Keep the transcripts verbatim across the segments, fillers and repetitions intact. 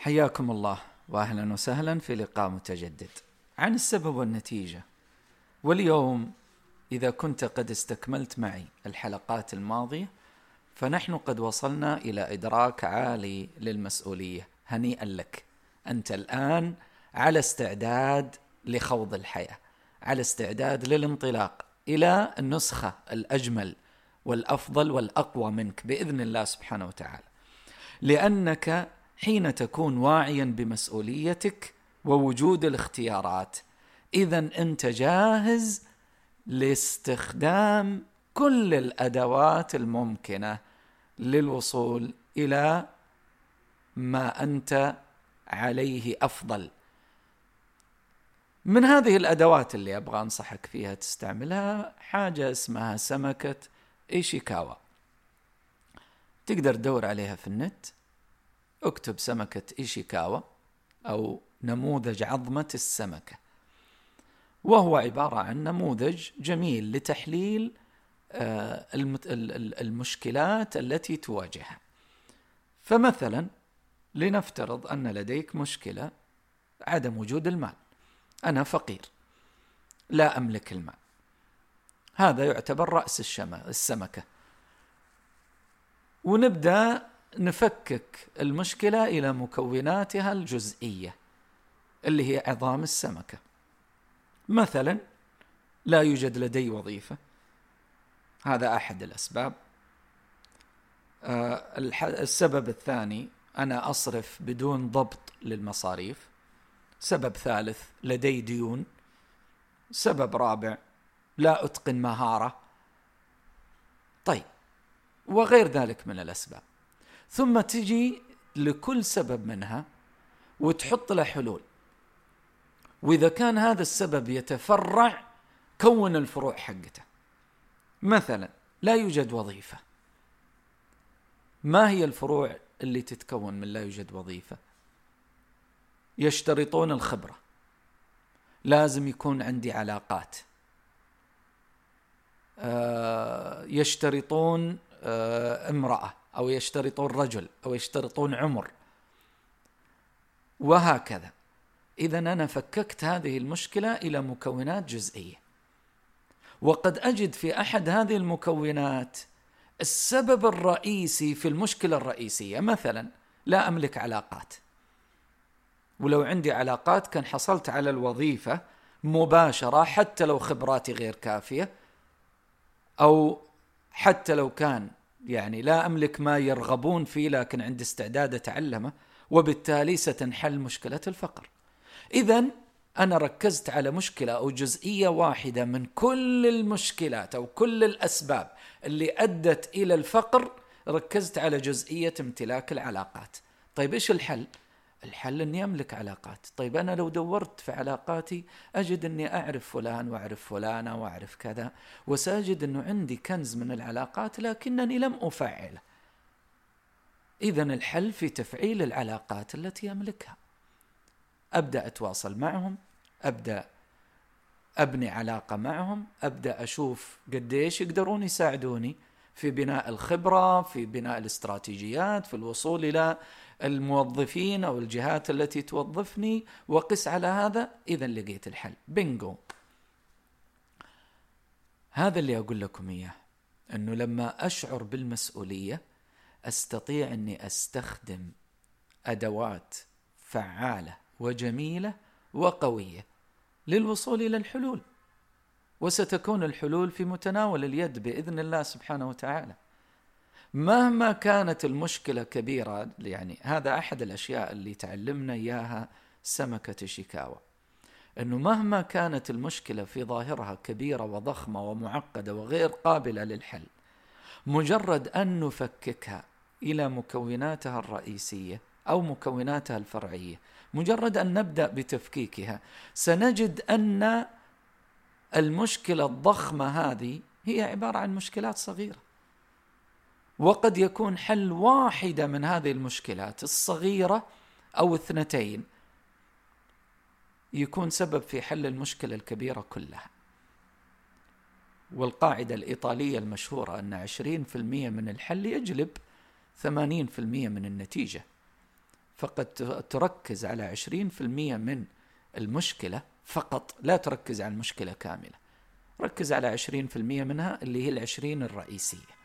حياكم الله وأهلا وسهلا في لقاء متجدد عن السبب والنتيجة. واليوم إذا كنت قد استكملت معي الحلقات الماضية فنحن قد وصلنا إلى إدراك عالي للمسؤولية. هنيئا لك، أنت الآن على استعداد لخوض الحياة، على استعداد للانطلاق إلى النسخة الأجمل والأفضل والأقوى منك بإذن الله سبحانه وتعالى، لأنك حين تكون واعيا بمسؤوليتك ووجود الاختيارات إذن أنت جاهز لاستخدام كل الأدوات الممكنة للوصول إلى ما أنت عليه أفضل. من هذه الأدوات اللي أبغى أنصحك فيها تستعملها حاجة اسمها سمكة إيشيكاوا. تقدر تدور عليها في النت، اكتب سمكة إيشيكاوا أو نموذج عظمة السمكة، وهو عبارة عن نموذج جميل لتحليل المشكلات التي تواجهها. فمثلا لنفترض أن لديك مشكلة عدم وجود المال، أنا فقير لا أملك المال، هذا يعتبر رأس السمكة، ونبدأ نفكك المشكلة إلى مكوناتها الجزئية اللي هي عظام السمكة. مثلا لا يوجد لدي وظيفة، هذا أحد الأسباب. السبب الثاني أنا أصرف بدون ضبط للمصاريف. سبب ثالث لدي ديون. سبب رابع لا أتقن مهارة. طيب، وغير ذلك من الأسباب. ثم تجي لكل سبب منها وتحط له حلول، وإذا كان هذا السبب يتفرع كون الفروع حقته. مثلا لا يوجد وظيفة، ما هي الفروع اللي تتكون من لا يوجد وظيفة؟ يشترطون الخبرة، لازم يكون عندي علاقات. يشترطون امرأة، أو يشترطون رجل، أو يشترطون عمر، وهكذا. إذن أنا فككت هذه المشكلة إلى مكونات جزئية، وقد أجد في أحد هذه المكونات السبب الرئيسي في المشكلة الرئيسية. مثلا لا أملك علاقات، ولو عندي علاقات كان حصلت على الوظيفة مباشرة حتى لو خبراتي غير كافية، أو حتى لو كان يعني لا أملك ما يرغبون فيه لكن عندي استعداد أتعلمه، وبالتالي ستنحل مشكلة الفقر. إذن أنا ركزت على مشكلة أو جزئية واحدة من كل المشكلات أو كل الأسباب اللي أدت إلى الفقر، ركزت على جزئية امتلاك العلاقات. طيب إيش الحل؟ الحل أني أملك علاقات. طيب أنا لو دورت في علاقاتي أجد أني أعرف فلان وأعرف فلانة وأعرف كذا، وسأجد أنه عندي كنز من العلاقات لكنني لم أفعله. إذن الحل في تفعيل العلاقات التي أملكها. أبدأ أتواصل معهم، أبدأ أبني علاقة معهم، أبدأ أشوف قديش يقدرون يساعدوني في بناء الخبرة، في بناء الاستراتيجيات، في الوصول إلى الموظفين أو الجهات التي توظفني، وقس على هذا. إذن لقيت الحل، بينجو. هذا اللي أقول لكم إياه، أنه لما أشعر بالمسؤولية أستطيع أني أستخدم أدوات فعالة وجميلة وقوية للوصول إلى الحلول، وستكون الحلول في متناول اليد بإذن الله سبحانه وتعالى. مهما كانت المشكلة كبيرة، يعني هذا أحد الأشياء اللي تعلمنا إياها سمكة إيشيكاوا، أنه مهما كانت المشكلة في ظاهرها كبيرة وضخمة ومعقدة وغير قابلة للحل، مجرد أن نفككها إلى مكوناتها الرئيسية أو مكوناتها الفرعية، مجرد أن نبدأ بتفكيكها، سنجد أن المشكلة الضخمة هذه هي عبارة عن مشكلات صغيرة، وقد يكون حل واحدة من هذه المشكلات الصغيرة أو اثنتين يكون سبب في حل المشكلة الكبيرة كلها. والقاعدة الإيطالية المشهورة أن عشرين في المئة من الحل يجلب ثمانين في المئة من النتيجة. فقد تركز على عشرين في المئة من المشكلة فقط، لا تركز على المشكلة كاملة، ركز على عشرين في المئة منها اللي هي العشرين الرئيسية،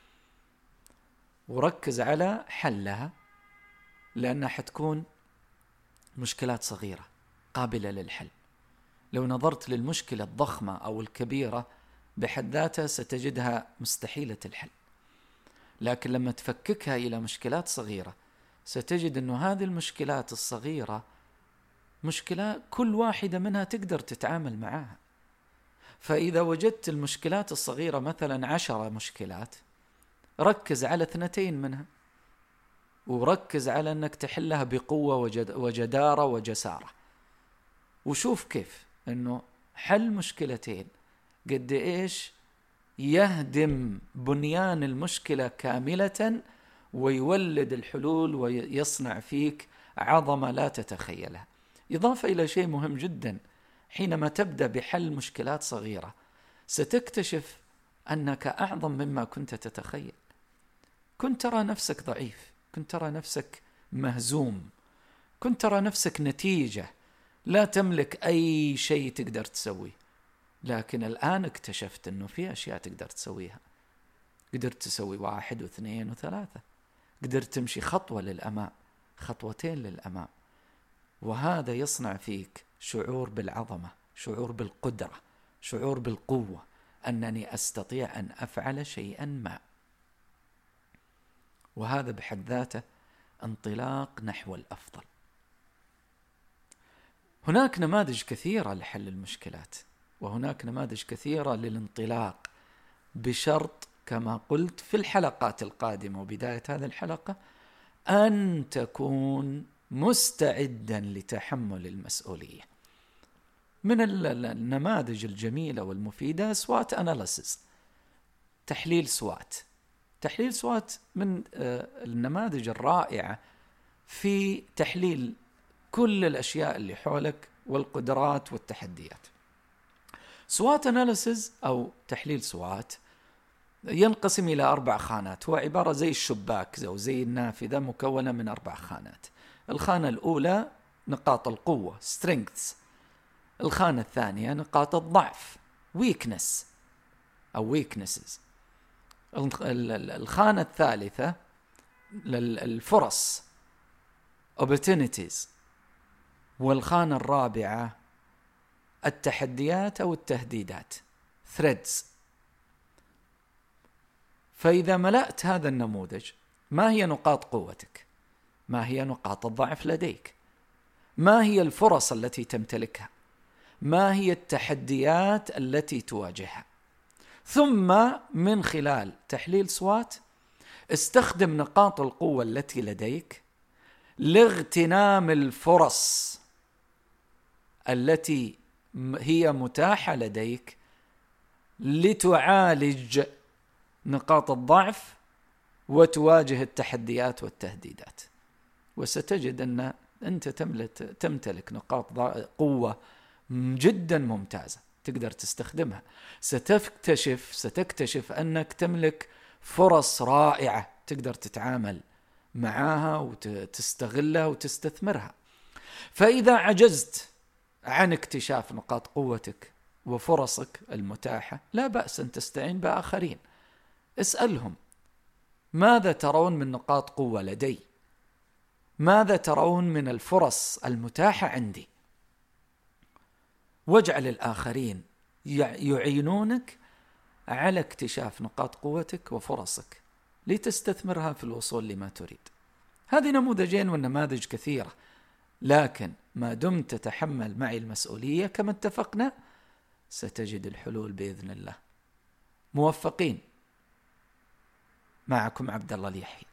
وركز على حلها، لأنها حتكون مشكلات صغيرة قابلة للحل. لو نظرت للمشكلة الضخمة أو الكبيرة بحد ذاتها ستجدها مستحيلة الحل، لكن لما تفككها إلى مشكلات صغيرة ستجد أن هذه المشكلات الصغيرة مشكلة كل واحدة منها تقدر تتعامل معها. فإذا وجدت المشكلات الصغيرة مثلا عشرة مشكلات، ركز على اثنتين منها، وركز على أنك تحلها بقوة وجد وجدارة وجسارة، وشوف كيف أنه حل مشكلتين قد إيش يهدم بنيان المشكلة كاملة، ويولد الحلول ويصنع فيك عظمة لا تتخيلها. إضافة إلى شيء مهم جدا، حينما تبدأ بحل مشكلات صغيرة ستكتشف أنك أعظم مما كنت تتخيل. كنت ترى نفسك ضعيف، كنت ترى نفسك مهزوم، كنت ترى نفسك نتيجة لا تملك أي شيء تقدر تسويه، لكن الآن اكتشفت أنه في أشياء تقدر تسويها. قدرت تسوي واحد واثنين وثلاثة، قدرت تمشي خطوة للأمام، خطوتين للأمام، وهذا يصنع فيك شعور بالعظمة، شعور بالقدرة، شعور بالقوة، أنني أستطيع أن أفعل شيئا ما. وهذا بحد ذاته انطلاق نحو الأفضل. هناك نماذج كثيرة لحل المشكلات، وهناك نماذج كثيرة للانطلاق، بشرط كما قلت في الحلقات القادمة وبداية هذه الحلقة أن تكون مستعدا لتحمل المسؤولية. من النماذج الجميلة والمفيدة سوات أناليسيس، تحليل سوات. تحليل سوات من النماذج الرائعة في تحليل كل الأشياء اللي حولك والقدرات والتحديات. سوات أناليسيس أو تحليل سوات ينقسم إلى أربع خانات، هو عبارة زي الشباك أو زي النافذة مكونة من أربع خانات. الخانة الأولى نقاط القوة strengths، الخانة الثانية نقاط الضعف weakness أو weaknesses، الخانة الثالثة الفرص opportunities، والخانة الرابعة التحديات أو التهديدات threats. فإذا ملأت هذا النموذج، ما هي نقاط قوتك؟ ما هي نقاط الضعف لديك؟ ما هي الفرص التي تمتلكها؟ ما هي التحديات التي تواجهها؟ ثم من خلال تحليل سوات استخدم نقاط القوة التي لديك لاغتنام الفرص التي هي متاحة لديك لتعالج نقاط الضعف وتواجه التحديات والتهديدات. وستجد أن أنت تمتلك نقاط قوة جدا ممتازة تقدر تستخدمها. ستكتشف ستكتشف أنك تملك فرص رائعة تقدر تتعامل معها وتستغلها وتستثمرها. فإذا عجزت عن اكتشاف نقاط قوتك وفرصك المتاحة، لا بأس أن تستعين بآخرين. اسألهم ماذا ترون من نقاط قوة لدي؟ ماذا ترون من الفرص المتاحة عندي؟ واجعل الآخرين يعينونك على اكتشاف نقاط قوتك وفرصك لتستثمرها في الوصول لما تريد. هذه نموذجين والنماذج كثيرة، لكن ما دمت تتحمل معي المسؤولية كما اتفقنا ستجد الحلول بإذن الله. موفقين. معكم عبد الله اليحيى.